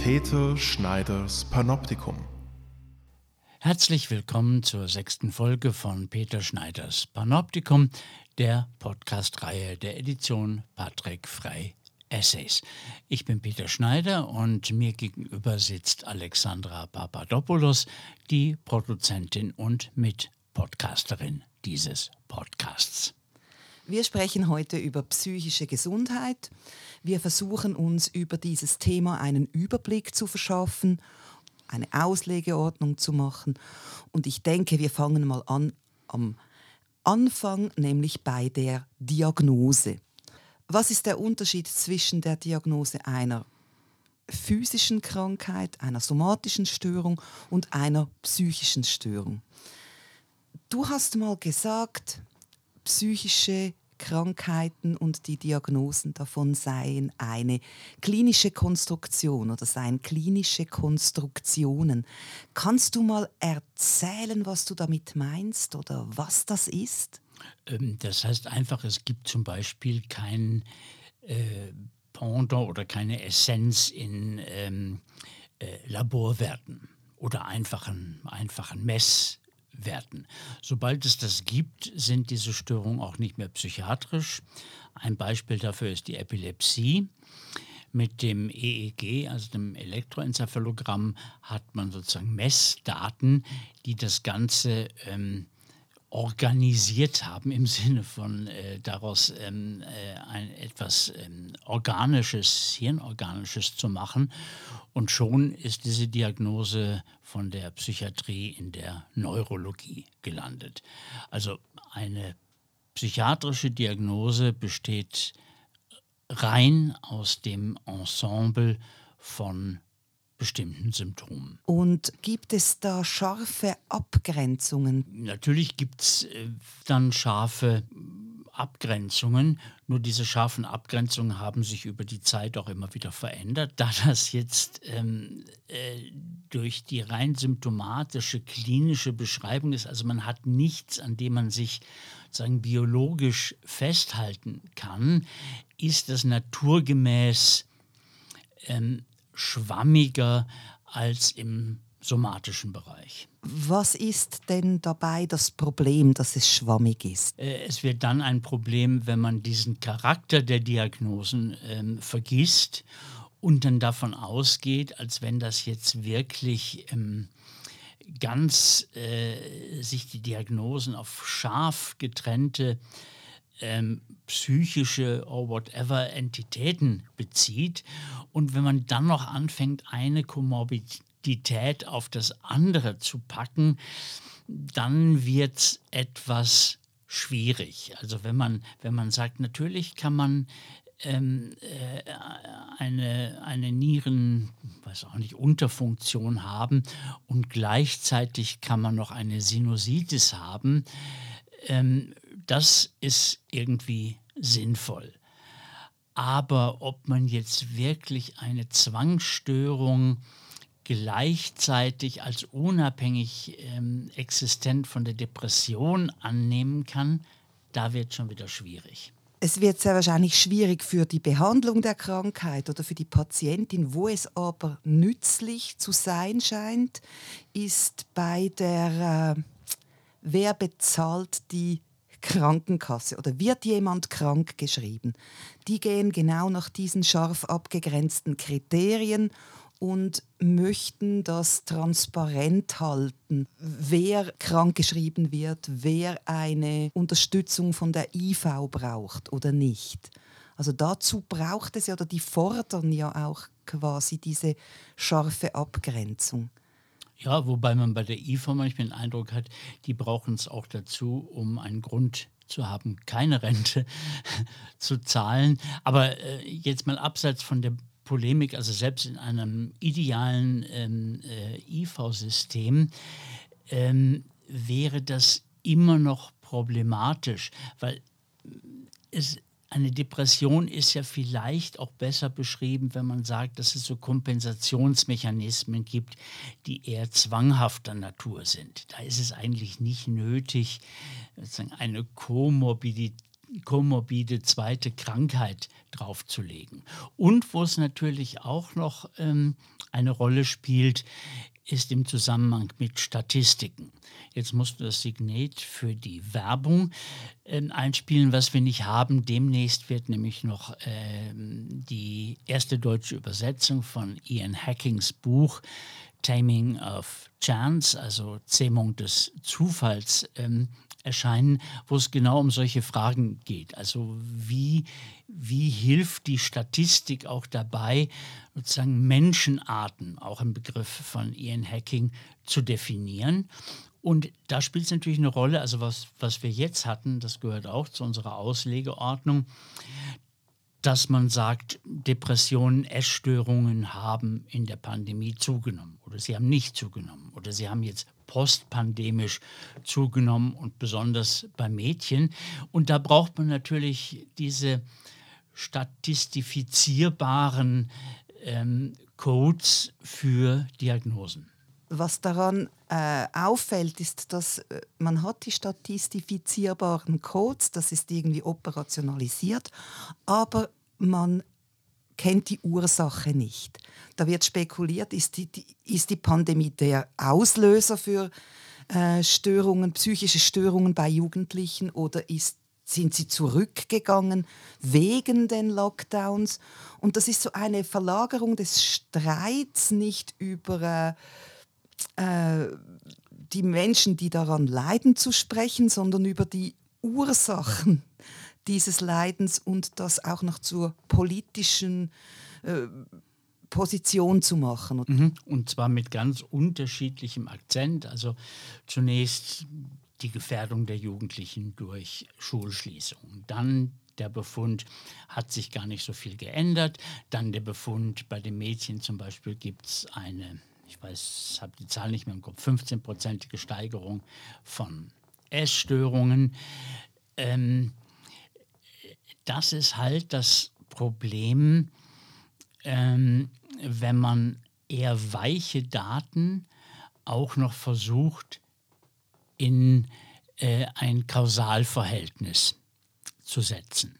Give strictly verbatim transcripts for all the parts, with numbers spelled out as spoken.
Peter Schneiders Panoptikum. Herzlich willkommen zur sechsten Folge von Peter Schneiders Panoptikum, der Podcast-Reihe der Edition Patrick Frey Essays. Ich bin Peter Schneider und mir gegenüber sitzt Alexandra Papadopoulos, die Produzentin und Mitpodcasterin dieses Podcasts. Wir sprechen heute über psychische Gesundheit. Wir versuchen uns über dieses Thema einen Überblick zu verschaffen, eine Auslegeordnung zu machen. Und ich denke, wir fangen mal an am Anfang, nämlich bei der Diagnose. Was ist der Unterschied zwischen der Diagnose einer physischen Krankheit, einer somatischen Störung und einer psychischen Störung? Du hast mal gesagt, psychische Krankheiten und die Diagnosen davon seien eine klinische Konstruktion oder seien klinische Konstruktionen. Kannst du mal erzählen, was du damit meinst oder was das ist? Das heißt einfach, es gibt zum Beispiel kein äh, Pendant oder keine Essenz in ähm, äh, Laborwerten oder einfachen, einfachen Messwerten. Werten. Sobald es das gibt, sind diese Störungen auch nicht mehr psychiatrisch. Ein Beispiel dafür ist die Epilepsie. Mit dem E E G, also dem Elektroenzephalogramm, hat man sozusagen Messdaten, die das Ganze ähm, organisiert haben, im Sinne von äh, daraus ähm, äh, ein, etwas ähm, Organisches, Hirnorganisches zu machen. Und schon ist diese Diagnose von der Psychiatrie in der Neurologie gelandet. Also eine psychiatrische Diagnose besteht rein aus dem Ensemble von bestimmten Symptomen. Und gibt es da scharfe Abgrenzungen? Natürlich gibt es äh, dann scharfe Abgrenzungen, nur diese scharfen Abgrenzungen haben sich über die Zeit auch immer wieder verändert. Da das jetzt ähm, äh, durch die rein symptomatische klinische Beschreibung ist, also man hat nichts, an dem man sich sozusagen biologisch festhalten kann, ist das naturgemäß ähm, schwammiger als im somatischen Bereich. Was ist denn dabei das Problem, dass es schwammig ist? Es wird dann ein Problem, wenn man diesen Charakter der Diagnosen ähm, vergisst und dann davon ausgeht, als wenn das jetzt wirklich ähm, ganz äh, sich die Diagnosen auf scharf getrennte Ähm, psychische or whatever Entitäten bezieht. Und wenn man dann noch anfängt, eine Komorbidität auf das andere zu packen, dann wird es etwas schwierig. Also wenn man, wenn man sagt, natürlich kann man ähm, äh, eine, eine Nieren, weiß auch nicht, Unterfunktion haben und gleichzeitig kann man noch eine Sinusitis haben, ähm, das ist irgendwie sinnvoll. Aber ob man jetzt wirklich eine Zwangsstörung gleichzeitig als unabhängig ähm, existent von der Depression annehmen kann, da wird schon wieder schwierig. Es wird sehr wahrscheinlich schwierig für die Behandlung der Krankheit oder für die Patientin. Wo es aber nützlich zu sein scheint, ist bei der, äh, wer bezahlt die Krankenkasse oder wird jemand krank geschrieben. Die gehen genau nach diesen scharf abgegrenzten Kriterien und möchten das transparent halten, wer krankgeschrieben wird, wer eine Unterstützung von der I V braucht oder nicht. Also dazu braucht es ja, oder die fordern ja auch quasi diese scharfe Abgrenzung. Ja, wobei man bei der I V manchmal den Eindruck hat, die brauchen es auch dazu, um einen Grund zu haben, keine Rente zu zahlen. Aber äh, jetzt mal abseits von der Polemik, also selbst in einem idealen ähm, äh, I V-System ähm, wäre das immer noch problematisch, weil es eine Depression ist ja vielleicht auch besser beschrieben, wenn man sagt, dass es so Kompensationsmechanismen gibt, die eher zwanghafter Natur sind. Da ist es eigentlich nicht nötig, sozusagen eine Komorbidität komorbide zweite Krankheit draufzulegen. Und wo es natürlich auch noch ähm, eine Rolle spielt, ist im Zusammenhang mit Statistiken. Jetzt musst du das Signet für die Werbung äh, einspielen, was wir nicht haben. Demnächst wird nämlich noch äh, die erste deutsche Übersetzung von Ian Hackings Buch Taming of Chance, also Zähmung des Zufalls, ähm, erscheinen, wo es genau um solche Fragen geht. Also wie, wie hilft die Statistik auch dabei, sozusagen Menschenarten, auch im Begriff von Ian Hacking, zu definieren. Und da spielt es natürlich eine Rolle, also was, was wir jetzt hatten, das gehört auch zu unserer Auslegeordnung, dass man sagt, Depressionen, Essstörungen haben in der Pandemie zugenommen oder sie haben nicht zugenommen oder sie haben jetzt postpandemisch zugenommen und besonders bei Mädchen. Und da braucht man natürlich diese statistifizierbaren ähm, Codes für Diagnosen. Was daran äh, auffällt, ist, dass äh, man hat die statistifizierbaren Codes, das ist irgendwie operationalisiert, aber man kennt die Ursache nicht. Da wird spekuliert, ist die, die, ist die Pandemie der Auslöser für äh, Störungen, psychische Störungen bei Jugendlichen oder ist, sind sie zurückgegangen wegen den Lockdowns? Und das ist so eine Verlagerung des Streits nicht über äh, die Menschen, die daran leiden, zu sprechen, sondern über die Ursachen dieses Leidens und das auch noch zur politischen äh, Position zu machen. Mhm. Und zwar mit ganz unterschiedlichem Akzent. Also zunächst die Gefährdung der Jugendlichen durch Schulschließungen. Dann der Befund, hat sich gar nicht so viel geändert. Dann der Befund, bei den Mädchen zum Beispiel gibt es eine, ich weiß, habe die Zahl nicht mehr im Kopf, fünfzehnprozentige Steigerung von Essstörungen. Ähm, das ist halt das Problem, ähm, wenn man eher weiche Daten auch noch versucht, in äh, ein Kausalverhältnis zu setzen.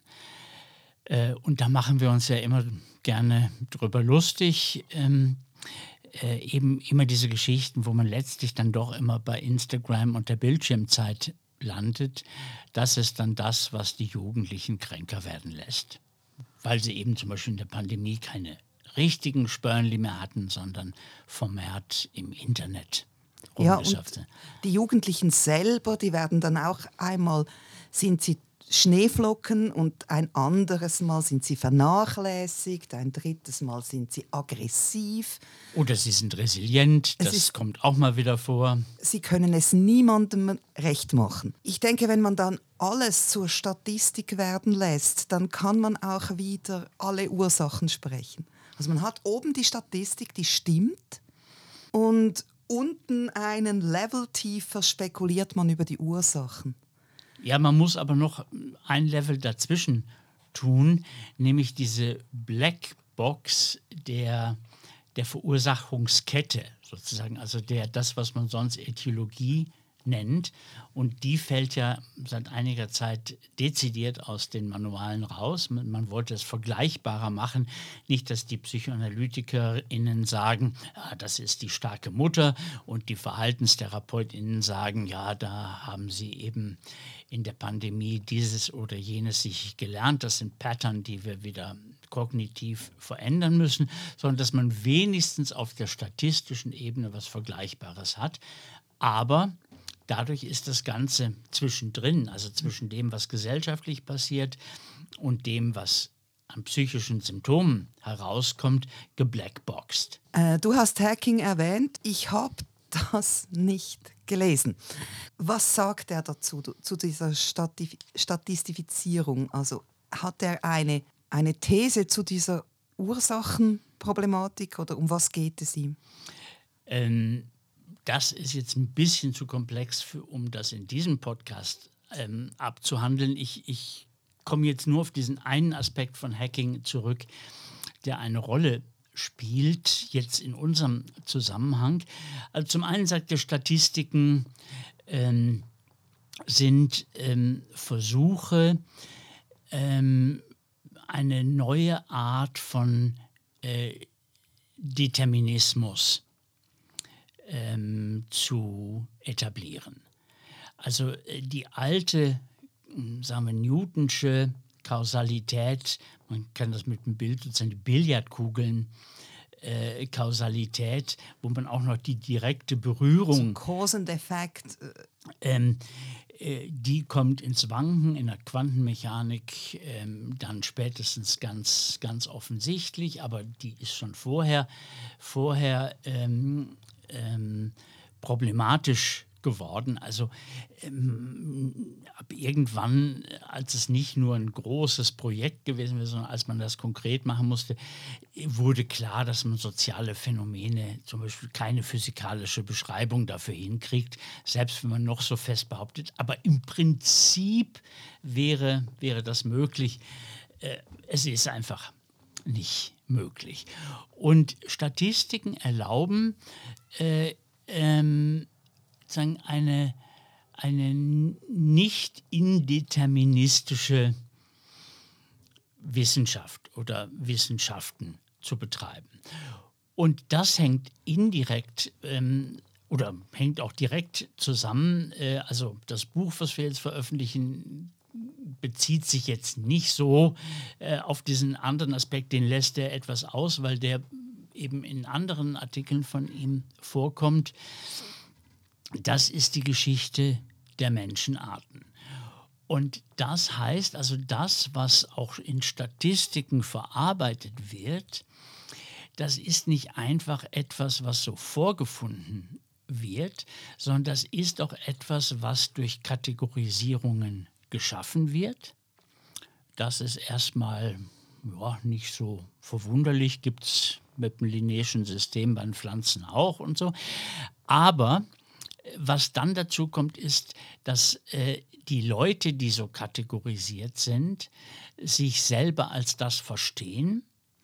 Äh, und da machen wir uns ja immer gerne drüber lustig. Ähm, äh, eben immer diese Geschichten, wo man letztlich dann doch immer bei Instagram und der Bildschirmzeit landet. Das ist dann das, was die Jugendlichen kränker werden lässt. Weil sie eben zum Beispiel in der Pandemie keine richtigen Spörnli mehr hatten, sondern vermehrt im Internet rumgesurft. Ja, und die Jugendlichen selber, die werden dann auch einmal, sind sie Schneeflocken und ein anderes Mal sind sie vernachlässigt, ein drittes Mal sind sie aggressiv. Oder sie sind resilient, das ist, kommt auch mal wieder vor. Sie können es niemandem recht machen. Ich denke, wenn man dann alles zur Statistik werden lässt, dann kann man auch wieder alle Ursachen sprechen. Also man hat oben die Statistik, die stimmt, und unten einen Level tiefer spekuliert man über die Ursachen. Ja, man muss aber noch ein Level dazwischen tun, nämlich diese Blackbox der, der Verursachungskette sozusagen, also der, das, was man sonst Ätiologie nennt. Und die fällt ja seit einiger Zeit dezidiert aus den Manualen raus. Man, man wollte es vergleichbarer machen. Nicht, dass die PsychoanalytikerInnen sagen, ja, das ist die starke Mutter, und die VerhaltenstherapeutInnen sagen, ja, da haben sie eben in der Pandemie dieses oder jenes sich gelernt. Das sind Pattern, die wir wieder kognitiv verändern müssen, sondern dass man wenigstens auf der statistischen Ebene was Vergleichbares hat. Aber dadurch ist das Ganze zwischendrin, also zwischen dem, was gesellschaftlich passiert und dem, was an psychischen Symptomen herauskommt, geblackboxt. Äh, du hast Hacking erwähnt. Ich habe das nicht gelesen. Was sagt er dazu, zu dieser Stati- Statistifizierung? Also hat er eine, eine These zu dieser Ursachenproblematik oder um was geht es ihm? Ähm, Das ist jetzt ein bisschen zu komplex, für, um das in diesem Podcast ähm, abzuhandeln. Ich, ich komme jetzt nur auf diesen einen Aspekt von Hacking zurück, der eine Rolle spielt, jetzt in unserem Zusammenhang. Also zum einen sagt er, Statistiken ähm, sind ähm, Versuche, ähm, eine neue Art von äh, Determinismus ähm, zu etablieren. Also äh, die alte, sagen wir, Newtonsche Kausalität, man kann das mit dem Bild sozusagen die Billardkugeln, äh, Kausalität, wo man auch noch die direkte Berührung... So Cause and Effect. Ähm, äh, die kommt ins Wanken in der Quantenmechanik ähm, dann spätestens ganz, ganz offensichtlich, aber die ist schon vorher, vorher ähm, ähm, problematisch geworden. Also ähm, ab irgendwann, als es nicht nur ein großes Projekt gewesen wäre, sondern als man das konkret machen musste, wurde klar, dass man soziale Phänomene, zum Beispiel keine physikalische Beschreibung dafür hinkriegt, selbst wenn man noch so fest behauptet. Aber im Prinzip wäre, wäre das möglich. Äh, es ist einfach nicht möglich. Und Statistiken erlauben äh, ähm, sagen, eine, eine nicht indeterministische Wissenschaft oder Wissenschaften zu betreiben. Und das hängt indirekt ähm, oder hängt auch direkt zusammen. Äh, also das Buch, was wir jetzt veröffentlichen, bezieht sich jetzt nicht so äh, auf diesen anderen Aspekt, den lässt er etwas aus, weil der eben in anderen Artikeln von ihm vorkommt. Das ist die Geschichte der Menschenarten. Und das heißt also, das, was auch in Statistiken verarbeitet wird, das ist nicht einfach etwas, was so vorgefunden wird, sondern das ist auch etwas, was durch Kategorisierungen geschaffen wird. Das ist erstmal ja, nicht so verwunderlich, gibt es mit dem Linnéischen System bei den Pflanzen auch und so. Aber was dann dazu kommt, ist, dass äh, die Leute, die so kategorisiert sind, sich selber als das verstehen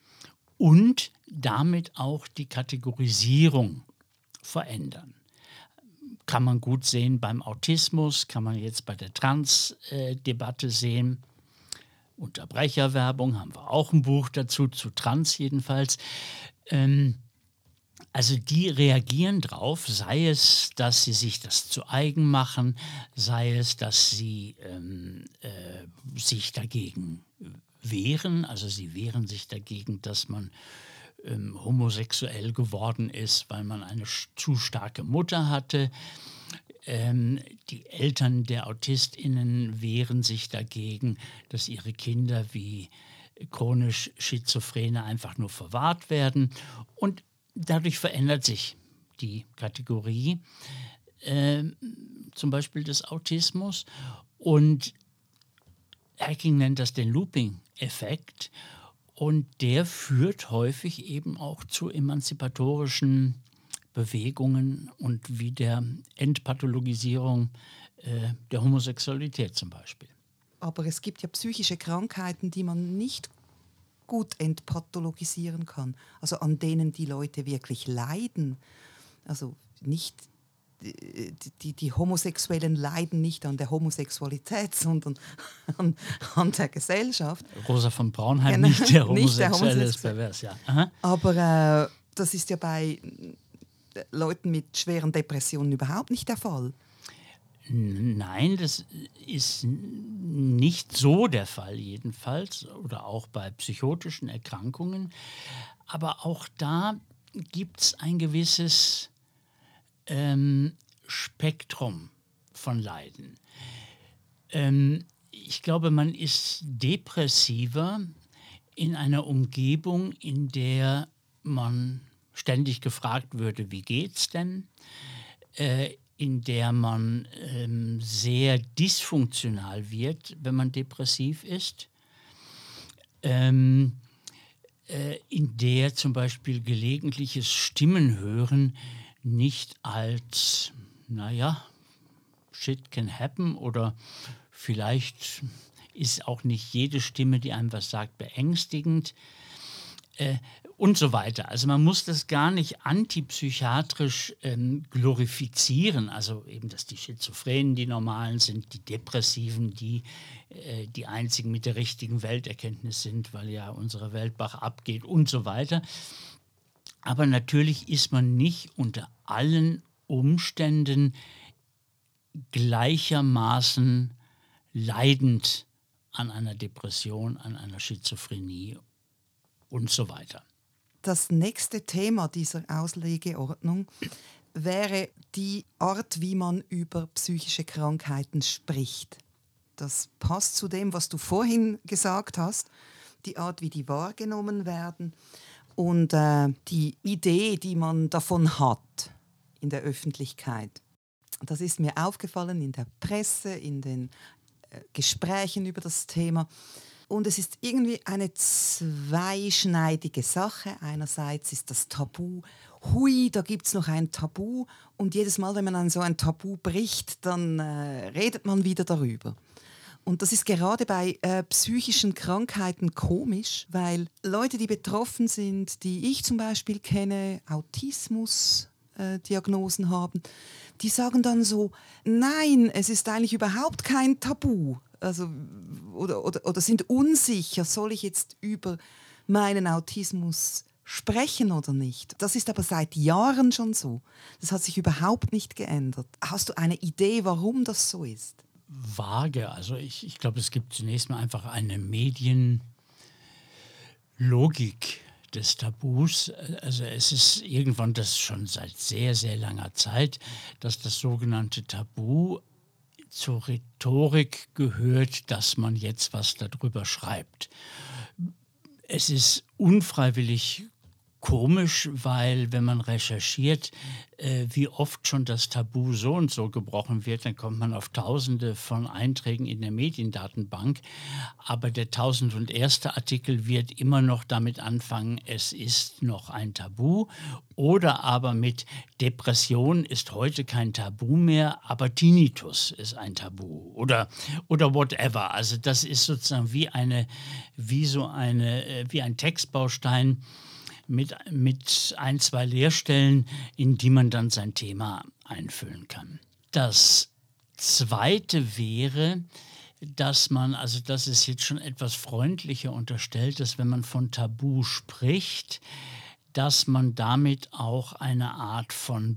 und damit auch die Kategorisierung verändern. Kann man gut sehen beim Autismus, kann man jetzt bei der Trans-Debatte sehen. Unterbrecherwerbung, haben wir auch ein Buch dazu, zu Trans jedenfalls. Ähm, Also die reagieren drauf, sei es, dass sie sich das zu eigen machen, sei es, dass sie ähm, äh, sich dagegen wehren, also sie wehren sich dagegen, dass man ähm, homosexuell geworden ist, weil man eine zu starke Mutter hatte. Ähm, die Eltern der AutistInnen wehren sich dagegen, dass ihre Kinder wie chronisch Schizophrene einfach nur verwahrt werden. Und dadurch verändert sich die Kategorie, äh, zum Beispiel des Autismus. Und Hacking nennt das den Looping-Effekt. Und der führt häufig eben auch zu emanzipatorischen Bewegungen und wie der Entpathologisierung äh, der Homosexualität zum Beispiel. Aber es gibt ja psychische Krankheiten, die man nicht gut entpathologisieren kann, also an denen die Leute wirklich leiden. Also nicht die, die, die Homosexuellen leiden nicht an der Homosexualität, sondern an, an der Gesellschaft. Rosa von Braunheim, Genau. nicht der Homosexuelle, Nicht der Homosexuelle. ist pervers, ja. Aha. Aber äh, das ist ja bei Leuten mit schweren Depressionen überhaupt nicht der Fall. Nein, das ist nicht so der Fall jedenfalls oder auch bei psychotischen Erkrankungen. Aber auch da gibt es ein gewisses ähm, Spektrum von Leiden. Ähm, ich glaube, man ist depressiver in einer Umgebung, in der man ständig gefragt würde, wie geht's denn? Äh, in der man ähm, sehr dysfunktional wird, wenn man depressiv ist, ähm, äh, in der zum Beispiel gelegentliches Stimmenhören nicht als, naja, shit can happen oder vielleicht ist auch nicht jede Stimme, die einem was sagt, beängstigend. Äh, und so weiter. Also man muss das gar nicht antipsychiatrisch ähm, glorifizieren, also eben, dass die Schizophrenen die Normalen sind, die Depressiven, die äh, die einzigen mit der richtigen Welterkenntnis sind, weil ja unsere Welt bach abgeht und so weiter. Aber natürlich ist man nicht unter allen Umständen gleichermaßen leidend an einer Depression, an einer Schizophrenie und so weiter. Das nächste Thema dieser Auslegeordnung wäre die Art, wie man über psychische Krankheiten spricht. Das passt zu dem, was du vorhin gesagt hast, die Art, wie die wahrgenommen werden und äh, die Idee, die man davon hat in der Öffentlichkeit. Das ist mir aufgefallen in der Presse, in den äh, Gesprächen über das Thema. Und es ist irgendwie eine zweischneidige Sache. Einerseits ist das Tabu, hui, da gibt es noch ein Tabu. Und jedes Mal, wenn man an so ein Tabu bricht, dann äh, redet man wieder darüber. Und das ist gerade bei äh, psychischen Krankheiten komisch, weil Leute, die betroffen sind, die ich zum Beispiel kenne, Autismus-Diagnosen äh, haben, die sagen dann so, nein, es ist eigentlich überhaupt kein Tabu. Also, oder, oder, oder sind unsicher, soll ich jetzt über meinen Autismus sprechen oder nicht. Das ist aber seit Jahren schon so. Das hat sich überhaupt nicht geändert. Hast du eine Idee, warum das so ist? Vage. Also ich, ich glaube, es gibt zunächst mal einfach eine Medienlogik des Tabus. Also es ist irgendwann, das schon seit sehr, sehr langer Zeit, dass das sogenannte Tabu zur Rhetorik gehört, dass man jetzt was darüber schreibt. Es ist unfreiwillig komisch, weil wenn man recherchiert, äh, wie oft schon das Tabu so und so gebrochen wird, dann kommt man auf Tausende von Einträgen in der Mediendatenbank. Aber der tausend und erste Artikel wird immer noch damit anfangen, es ist noch ein Tabu. Oder aber mit Depression ist heute kein Tabu mehr, aber Tinnitus ist ein Tabu. Oder, oder whatever. Also das ist sozusagen wie eine, wie so eine, wie ein Textbaustein, Mit, mit ein, zwei Leerstellen, in die man dann sein Thema einfüllen kann. Das Zweite wäre, dass man, also das ist jetzt schon etwas freundlicher unterstellt, dass wenn man von Tabu spricht, dass man damit auch eine Art von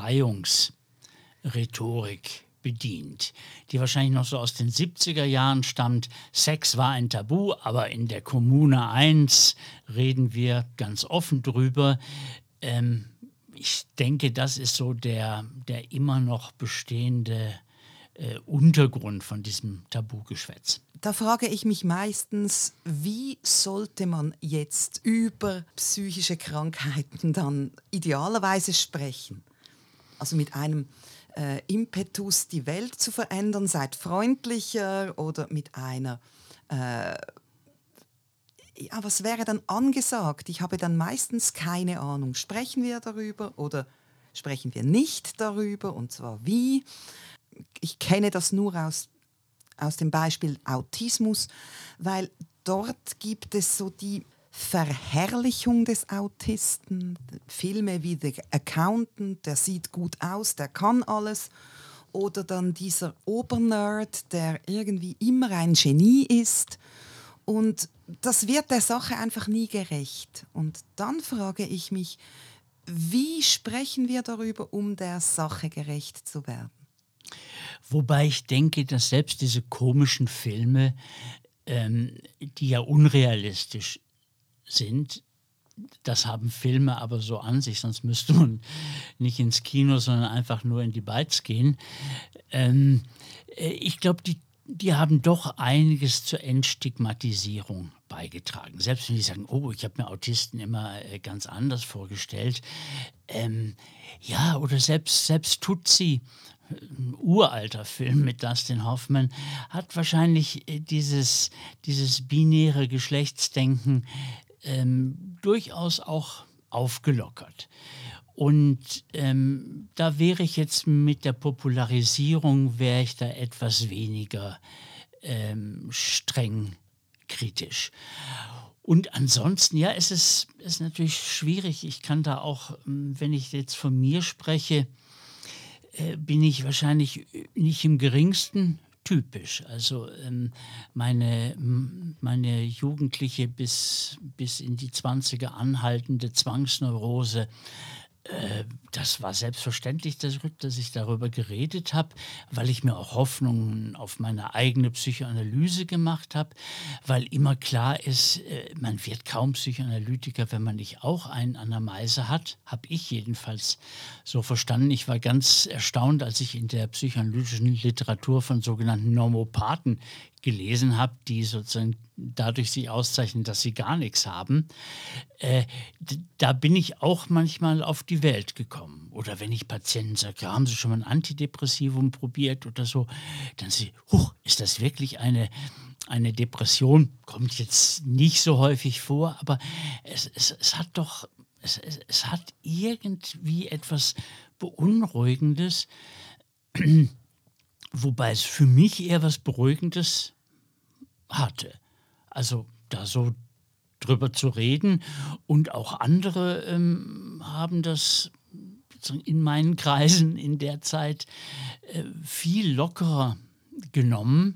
Befreiungsrhetorik bedient, die wahrscheinlich noch so aus den siebziger Jahren stammt. Sex war ein Tabu, aber in der Kommune eins reden wir ganz offen drüber. Ähm, ich denke, das ist so der, der immer noch bestehende äh, Untergrund von diesem Tabugeschwätz. Da frage ich mich meistens, wie sollte man jetzt über psychische Krankheiten dann idealerweise sprechen? Also mit einem Äh, Impetus, die Welt zu verändern, seid freundlicher oder mit einer, äh, ja, was wäre dann angesagt? Ich habe dann meistens keine Ahnung. Sprechen wir darüber oder sprechen wir nicht darüber und zwar wie? Ich kenne das nur aus, aus dem Beispiel Autismus, weil dort gibt es so die Verherrlichung des Autisten, Filme wie The Accountant, der sieht gut aus, der kann alles, oder dann dieser Obernerd, der irgendwie immer ein Genie ist, und das wird der Sache einfach nie gerecht. Und dann frage ich mich, wie sprechen wir darüber, um der Sache gerecht zu werden? Wobei ich denke, dass selbst diese komischen Filme, ähm, die ja unrealistisch sind, das haben Filme aber so an sich, sonst müsste man nicht ins Kino, sondern einfach nur in die Beiz gehen. Ähm, ich glaube, die, die haben doch einiges zur Entstigmatisierung beigetragen. Selbst wenn die sagen, oh, ich habe mir Autisten immer äh, ganz anders vorgestellt. Ähm, ja, oder selbst, selbst Tutsi, ein uralter Film mit Dustin Hoffman, hat wahrscheinlich äh, dieses, dieses binäre Geschlechtsdenken Ähm, durchaus auch aufgelockert. Und ähm, da wäre ich jetzt mit der Popularisierung, wäre ich da etwas weniger ähm, streng kritisch. Und ansonsten, ja, es ist, ist natürlich schwierig. Ich kann da auch, wenn ich jetzt von mir spreche, äh, bin ich wahrscheinlich nicht im geringsten typisch. Also ähm, meine, meine jugendliche bis, bis in die Zwanziger anhaltende Zwangsneurose, äh, das war selbstverständlich, dass, dass ich darüber geredet habe, weil ich mir auch Hoffnungen auf meine eigene Psychoanalyse gemacht habe, weil immer klar ist, äh, man wird kaum Psychoanalytiker, wenn man nicht auch einen an der Meise hat, habe ich jedenfalls so verstanden. Ich war ganz erstaunt, als ich in der psychoanalytischen Literatur von sogenannten Normopathen gelesen habe, die sozusagen dadurch sich auszeichnen, dass sie gar nichts haben. Äh, da bin ich auch manchmal auf die Welt gekommen. Oder wenn ich Patienten sage, ja, haben Sie schon mal ein Antidepressivum probiert oder so, dann sie, huch, ist das wirklich eine, eine Depression? Kommt jetzt nicht so häufig vor, aber es, es, es hat doch, es, es, es hat irgendwie etwas Beunruhigendes, wobei es für mich eher was Beruhigendes hatte. Also da so drüber zu reden, und auch andere ähm, haben das in meinen Kreisen in der Zeit äh, viel lockerer genommen.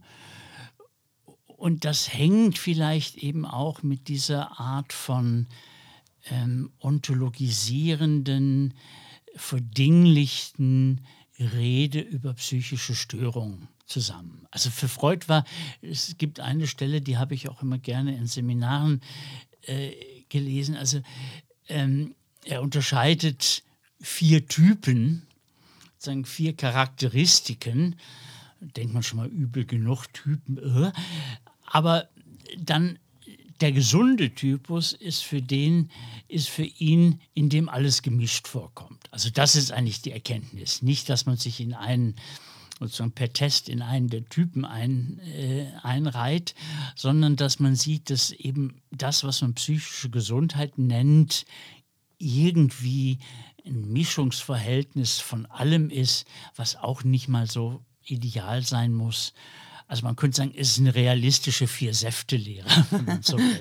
Und das hängt vielleicht eben auch mit dieser Art von ähm, ontologisierenden, verdinglichten Rede über psychische Störungen zusammen. Also für Freud war, es gibt eine Stelle, die habe ich auch immer gerne in Seminaren äh, gelesen. Also ähm, er unterscheidet vier Typen, sozusagen vier Charakteristiken. Denkt man schon mal übel genug, Typen. Äh. Aber dann der gesunde Typus ist für den, ist für ihn, in dem alles gemischt vorkommt. Also das ist eigentlich die Erkenntnis. Nicht, dass man sich in einen, sozusagen per Test in einen der Typen ein, äh, einreiht, sondern dass man sieht, dass eben das, was man psychische Gesundheit nennt, irgendwie ein Mischungsverhältnis von allem ist, was auch nicht mal so ideal sein muss. Also man könnte sagen, es ist eine realistische Vier-Säfte-Lehre, wenn man so will.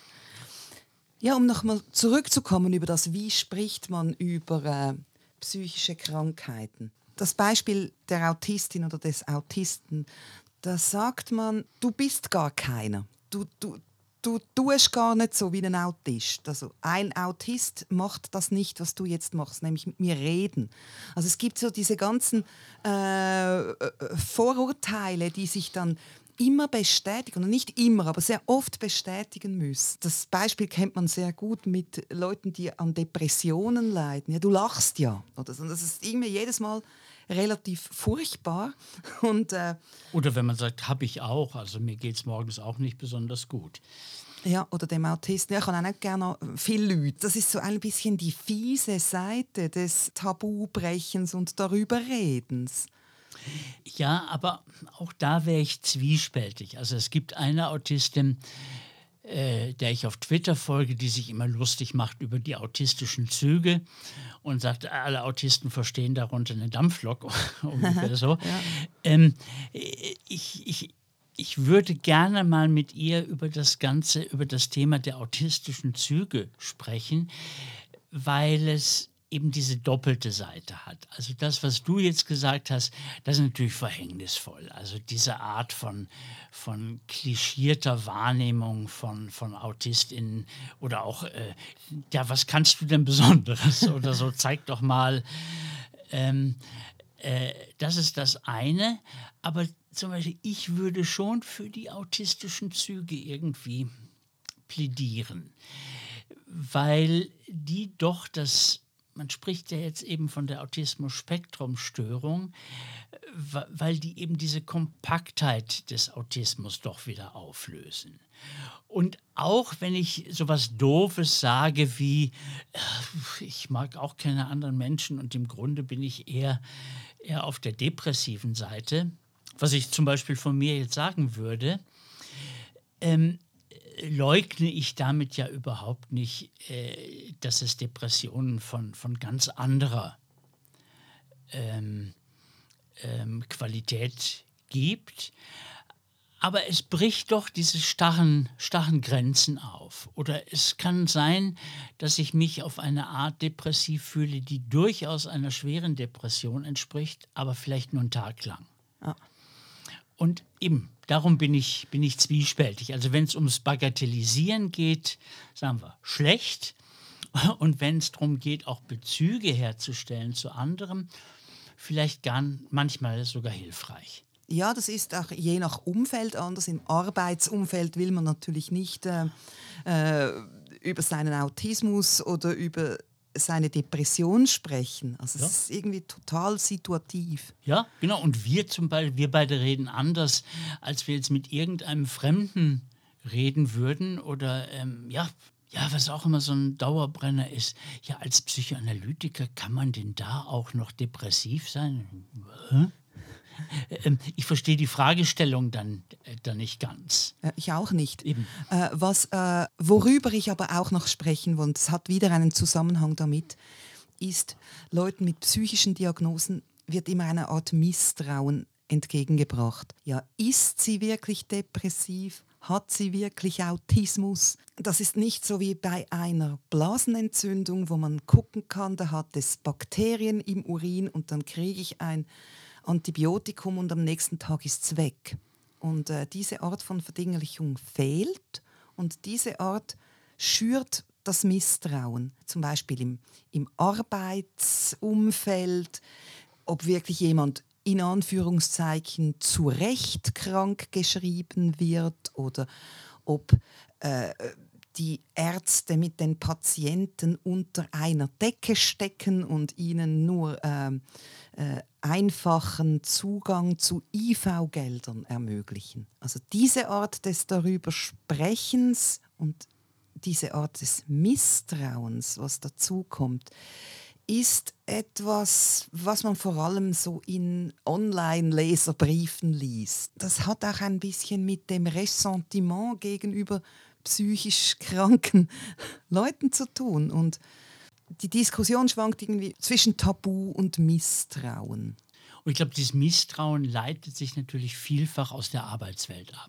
Ja, um nochmal zurückzukommen über das, wie spricht man über äh, psychische Krankheiten. Das Beispiel der Autistin oder des Autisten, da sagt man, du bist gar keiner. Du, du, du tust gar nicht so wie ein Autist. Also ein Autist macht das nicht, was du jetzt machst, nämlich mit mir reden. Also es gibt so diese ganzen äh, Vorurteile, die sich dann immer bestätigen, und nicht immer, aber sehr oft bestätigen müssen. Das Beispiel kennt man sehr gut mit Leuten, die an Depressionen leiden. Ja, du lachst ja. Oder so. Und das ist irgendwie jedes Mal relativ furchtbar. Und, äh, Oder wenn man sagt, habe ich auch, also mir geht es morgens auch nicht besonders gut. Ja, oder dem Autisten. Ja, ich habe auch nicht gerne viele Leute. Das ist so ein bisschen die fiese Seite des Tabubrechens und Darüberredens. Ja, aber auch da wäre ich zwiespältig. Also es gibt eine Autistin, äh, der ich auf Twitter folge, die sich immer lustig macht über die autistischen Züge und sagt, alle Autisten verstehen darunter eine Dampflok, ungefähr so. Ja. Ähm, ich, ich, ich würde gerne mal mit ihr über das Ganze, über das Thema der autistischen Züge sprechen, weil es eben diese doppelte Seite hat. Also das, was du jetzt gesagt hast, das ist natürlich verhängnisvoll. Also diese Art von, von klischierter Wahrnehmung von, von AutistInnen oder auch, äh, ja, was kannst du denn Besonderes oder so, zeig doch mal. Ähm, äh, das ist das eine. Aber zum Beispiel, ich würde schon für die autistischen Züge irgendwie plädieren, weil die doch das, man spricht ja jetzt eben von der Autismus-Spektrum-Störung, weil die eben diese Kompaktheit des Autismus doch wieder auflösen. Und auch wenn ich sowas Doofes sage wie, ich mag auch keine anderen Menschen und im Grunde bin ich eher, eher auf der depressiven Seite, was ich zum Beispiel von mir jetzt sagen würde, ähm, leugne ich damit ja überhaupt nicht, äh, dass es Depressionen von, von ganz anderer ähm, ähm, Qualität gibt. Aber es bricht doch diese starren, starren Grenzen auf. Oder es kann sein, dass ich mich auf eine Art depressiv fühle, die durchaus einer schweren Depression entspricht, aber vielleicht nur einen Tag lang. Ah. Und eben, darum bin ich, bin ich zwiespältig. Also wenn es ums Bagatellisieren geht, sagen wir, schlecht. Und wenn es darum geht, auch Bezüge herzustellen zu anderem, vielleicht gar manchmal sogar hilfreich. Ja, das ist auch je nach Umfeld anders. Im Arbeitsumfeld will man natürlich nicht äh, äh, über seinen Autismus oder über seine Depression sprechen. Also Ja. es ist irgendwie total situativ. Ja, genau. Und wir zum Beispiel, wir beide reden anders, als wir jetzt mit irgendeinem Fremden reden würden oder ähm, ja, ja, was auch immer so ein Dauerbrenner ist. Ja, als Psychoanalytiker kann man denn da auch noch depressiv sein? Hä? Ähm, ich verstehe die Fragestellung dann, äh, dann nicht ganz. Äh, ich auch nicht. Eben. Äh, was, äh, worüber ich aber auch noch sprechen will, und das hat wieder einen Zusammenhang damit, ist, Leuten mit psychischen Diagnosen wird immer eine Art Misstrauen entgegengebracht. Ja, ist sie wirklich depressiv? Hat sie wirklich Autismus? Das ist nicht so wie bei einer Blasenentzündung, wo man gucken kann, da hat es Bakterien im Urin und dann kriege ich ein Antibiotikum und am nächsten Tag ist es weg. Und äh, diese Art von Verdinglichung fehlt und diese Art schürt das Misstrauen, zum Beispiel im, im Arbeitsumfeld, ob wirklich jemand in Anführungszeichen zu Recht krank geschrieben wird oder ob äh, die Ärzte mit den Patienten unter einer Decke stecken und ihnen nur äh, äh, einfachen Zugang zu I V-Geldern ermöglichen. Also diese Art des Darübersprechens und diese Art des Misstrauens, was dazukommt, ist etwas, was man vor allem so in Online-Leserbriefen liest. Das hat auch ein bisschen mit dem Ressentiment gegenüber psychisch kranken Leuten zu tun. Und die Diskussion schwankt irgendwie zwischen Tabu und Misstrauen. Und ich glaube, dieses Misstrauen leitet sich natürlich vielfach aus der Arbeitswelt ab.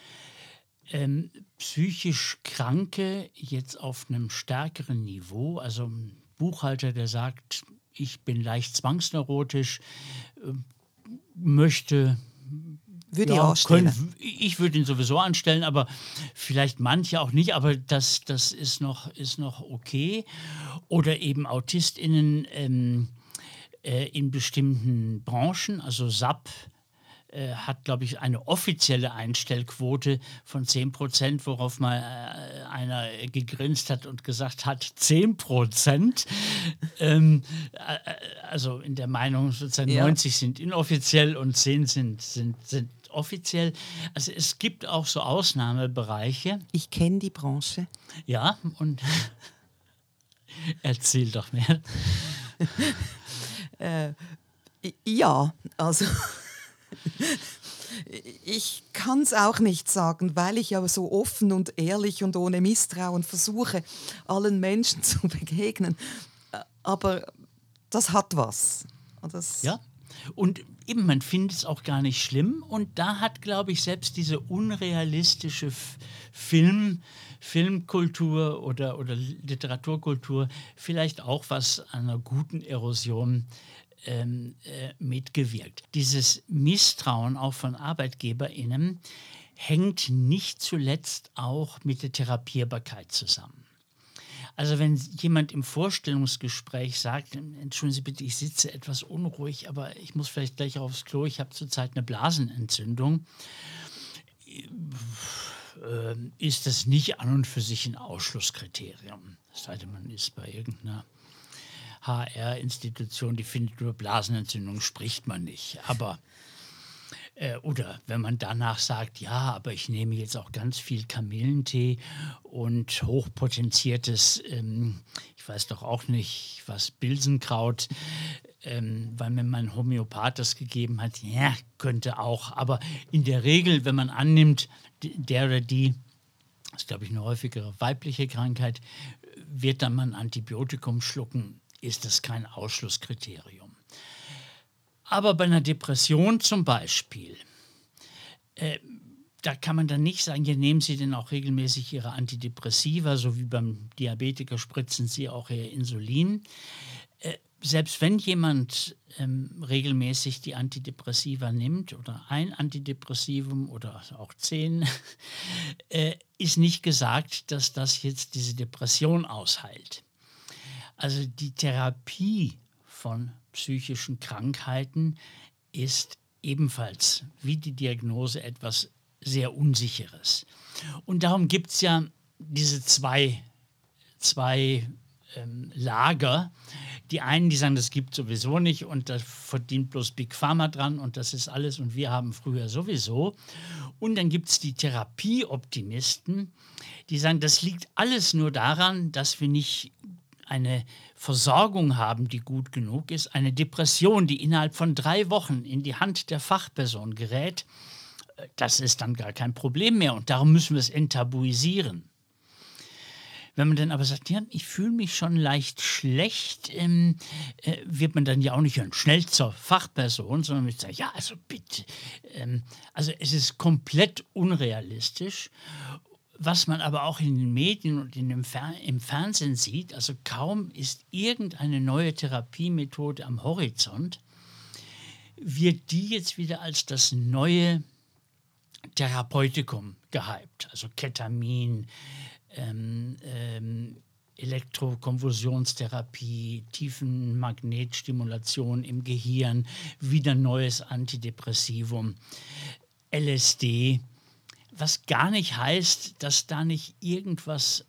Ähm, psychisch Kranke jetzt auf einem stärkeren Niveau, also ein Buchhalter, der sagt, ich bin leicht zwangsneurotisch, äh, möchte... Würde ja, ich anstellen. Können, ich würde ihn sowieso anstellen, aber vielleicht manche auch nicht, aber das, das ist, noch, ist noch okay. Oder eben AutistInnen ähm, äh, in bestimmten Branchen, also S A P äh, hat, glaube ich, eine offizielle Einstellquote von zehn Prozent, worauf mal äh, einer gegrinst hat und gesagt hat, zehn Prozent. ähm, äh, also in der Meinung, sozusagen Ja. neunzig sind inoffiziell und zehn sind, sind, sind offiziell. Also es gibt auch so Ausnahmebereiche. Ich kenne die Branche. Ja, und erzähl doch mehr. Äh, ja, also ich kann es auch nicht sagen, weil ich aber so offen und ehrlich und ohne Misstrauen versuche, allen Menschen zu begegnen. Aber das hat was. Das Ja, und eben, man findet es auch gar nicht schlimm. Und da hat, glaube ich, selbst diese unrealistische F- Film, Filmkultur oder, oder Literaturkultur vielleicht auch was an einer guten Erosion ähm, äh, mitgewirkt. Dieses Misstrauen auch von ArbeitgeberInnen hängt nicht zuletzt auch mit der Therapierbarkeit zusammen. Also wenn jemand im Vorstellungsgespräch sagt, entschuldigen Sie bitte, ich sitze etwas unruhig, aber ich muss vielleicht gleich aufs Klo, ich habe zurzeit eine Blasenentzündung, äh, ist das nicht an und für sich ein Ausschlusskriterium. Es sei denn, man ist bei irgendeiner H R-Institution, die findet, über Blasenentzündung spricht man nicht. Aber Äh, oder wenn man danach sagt, ja, aber ich nehme jetzt auch ganz viel Kamillentee und hochpotenziertes, ähm, ich weiß doch auch nicht, was, Bilsenkraut, ähm, weil mir mein Homöopath das gegeben hat, ja, könnte auch. Aber in der Regel, wenn man annimmt, der oder die, das ist, glaube ich, eine häufigere weibliche Krankheit, wird dann mal ein Antibiotikum schlucken, ist das kein Ausschlusskriterium. Aber bei einer Depression zum Beispiel, äh, da kann man dann nicht sagen, ja, nehmen Sie denn auch regelmäßig Ihre Antidepressiva, so wie beim Diabetiker spritzen Sie auch Ihr Insulin. Äh, selbst wenn jemand ähm, regelmäßig die Antidepressiva nimmt oder ein Antidepressivum oder auch zehn, äh, ist nicht gesagt, dass das jetzt diese Depression ausheilt. Also die Therapie von psychischen Krankheiten ist ebenfalls wie die Diagnose etwas sehr Unsicheres. Und darum gibt es ja diese zwei, zwei ähm, Lager. Die einen, die sagen, das gibt sowieso nicht und da verdient bloß Big Pharma dran und das ist alles und wir haben früher sowieso. Und dann gibt es die Therapieoptimisten, die sagen, das liegt alles nur daran, dass wir nicht eine Versorgung haben, die gut genug ist, eine Depression, die innerhalb von drei Wochen in die Hand der Fachperson gerät, das ist dann gar kein Problem mehr und darum müssen wir es enttabuisieren. Wenn man dann aber sagt, ja, ich fühle mich schon leicht schlecht, ähm, äh, wird man dann ja auch nicht schnell zur Fachperson, sondern wird sagen, ja, also bitte. Ähm, also es ist komplett unrealistisch. Was man aber auch in den Medien und in dem Fer- im Fernsehen sieht, also kaum ist irgendeine neue Therapiemethode am Horizont, wird die jetzt wieder als das neue Therapeutikum gehypt. Also Ketamin, ähm, ähm, Elektrokonvulsionstherapie, Tiefenmagnetstimulation im Gehirn, wieder neues Antidepressivum, L S D. Was gar nicht heißt, dass da nicht irgendwas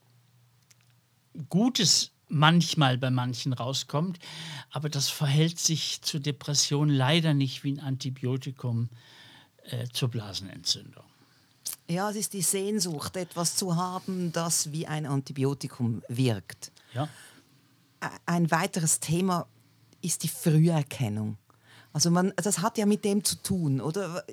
Gutes manchmal bei manchen rauskommt, aber das verhält sich zur Depression leider nicht wie ein Antibiotikum äh, zur Blasenentzündung. Ja, es ist die Sehnsucht, etwas zu haben, das wie ein Antibiotikum wirkt. Ja. Ein weiteres Thema ist die Früherkennung. Also man, das hat ja mit dem zu tun, oder?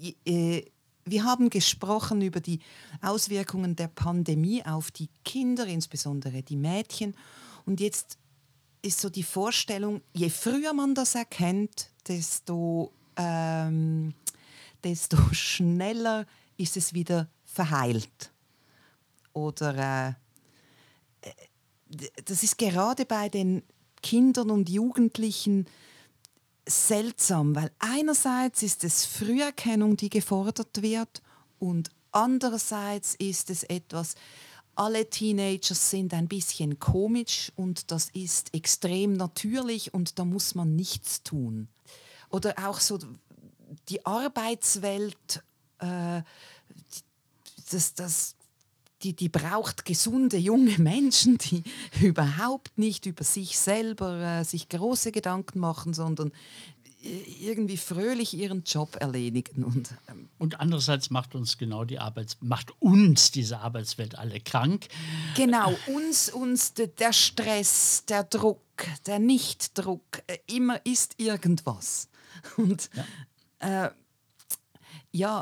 Wir haben gesprochen über die Auswirkungen der Pandemie auf die Kinder, insbesondere die Mädchen. Und jetzt ist so die Vorstellung, je früher man das erkennt, desto, ähm, desto schneller ist es wieder verheilt. Oder äh, das ist gerade bei den Kindern und Jugendlichen seltsam, weil einerseits ist es Früherkennung, die gefordert wird und andererseits ist es etwas, alle Teenagers sind ein bisschen komisch und das ist extrem natürlich und da muss man nichts tun. Oder auch so die Arbeitswelt, äh, das, das, die, die braucht gesunde junge Menschen, die überhaupt nicht über sich selber äh, sich große Gedanken machen, sondern irgendwie fröhlich ihren Job erledigen. Und, ähm, und andererseits macht uns genau die Arbeits macht uns diese Arbeitswelt alle krank. Genau, uns, uns der Stress, der Druck, der Nichtdruck, äh, immer ist irgendwas. Und ja, äh, ja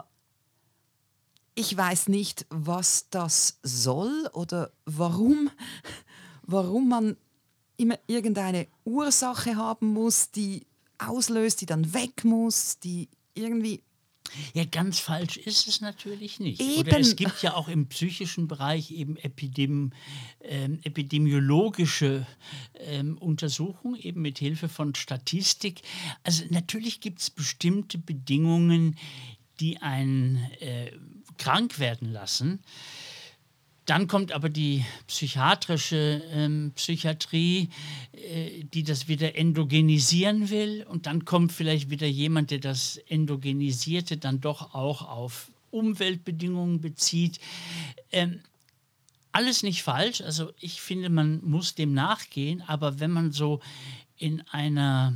ich weiß nicht, was das soll oder warum, warum man immer irgendeine Ursache haben muss, die auslöst, die dann weg muss, die irgendwie... Ja, ganz falsch ist es natürlich nicht. Eben. Oder es gibt ja auch im psychischen Bereich eben Epidem, ähm, epidemiologische ähm, Untersuchungen, eben mit Hilfe von Statistik. Also natürlich gibt es bestimmte Bedingungen, die einen äh, krank werden lassen. Dann kommt aber die psychiatrische ähm, Psychiatrie, äh, die das wieder endogenisieren will. Und dann kommt vielleicht wieder jemand, der das Endogenisierte dann doch auch auf Umweltbedingungen bezieht. Ähm, alles nicht falsch. Also ich finde, man muss dem nachgehen. Aber wenn man so in einer...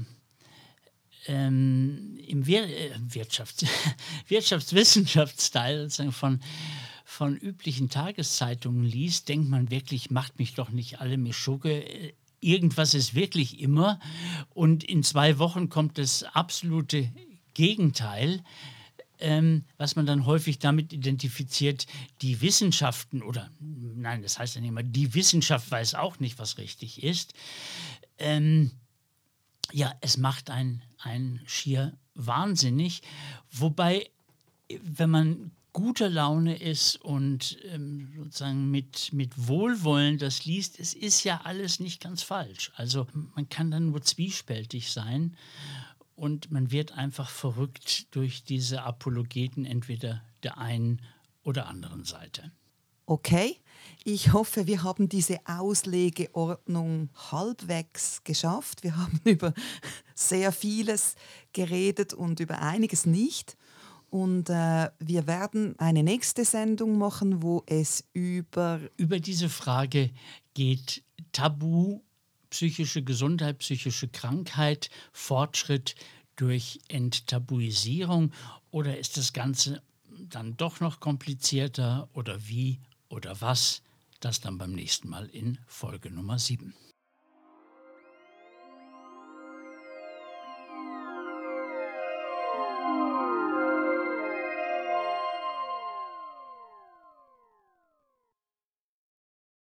Ähm, im Wir äh, Wirtschafts Wirtschaftswissenschaftsteil sozusagen von, von üblichen Tageszeitungen liest, denkt man wirklich, macht mich doch nicht alle Mischugge. Irgendwas ist wirklich immer. Und in zwei Wochen kommt das absolute Gegenteil, ähm, was man dann häufig damit identifiziert, die Wissenschaften, oder nein, das heißt ja nicht immer, die Wissenschaft weiß auch nicht, was richtig ist. Ähm, Ja, es macht einen, einen schier wahnsinnig. Wobei, wenn man guter Laune ist und ähm, sozusagen mit, mit Wohlwollen das liest, es ist ja alles nicht ganz falsch. Also man kann dann nur zwiespältig sein und man wird einfach verrückt durch diese Apologeten entweder der einen oder anderen Seite. Okay, ich hoffe, wir haben diese Auslegeordnung halbwegs geschafft. Wir haben über sehr vieles geredet und über einiges nicht. Und äh, wir werden eine nächste Sendung machen, wo es über... Über diese Frage geht: Tabu, psychische Gesundheit, psychische Krankheit, Fortschritt durch Enttabuisierung, oder ist das Ganze dann doch noch komplizierter oder wie oder was? Das dann beim nächsten Mal in Folge Nummer sieben.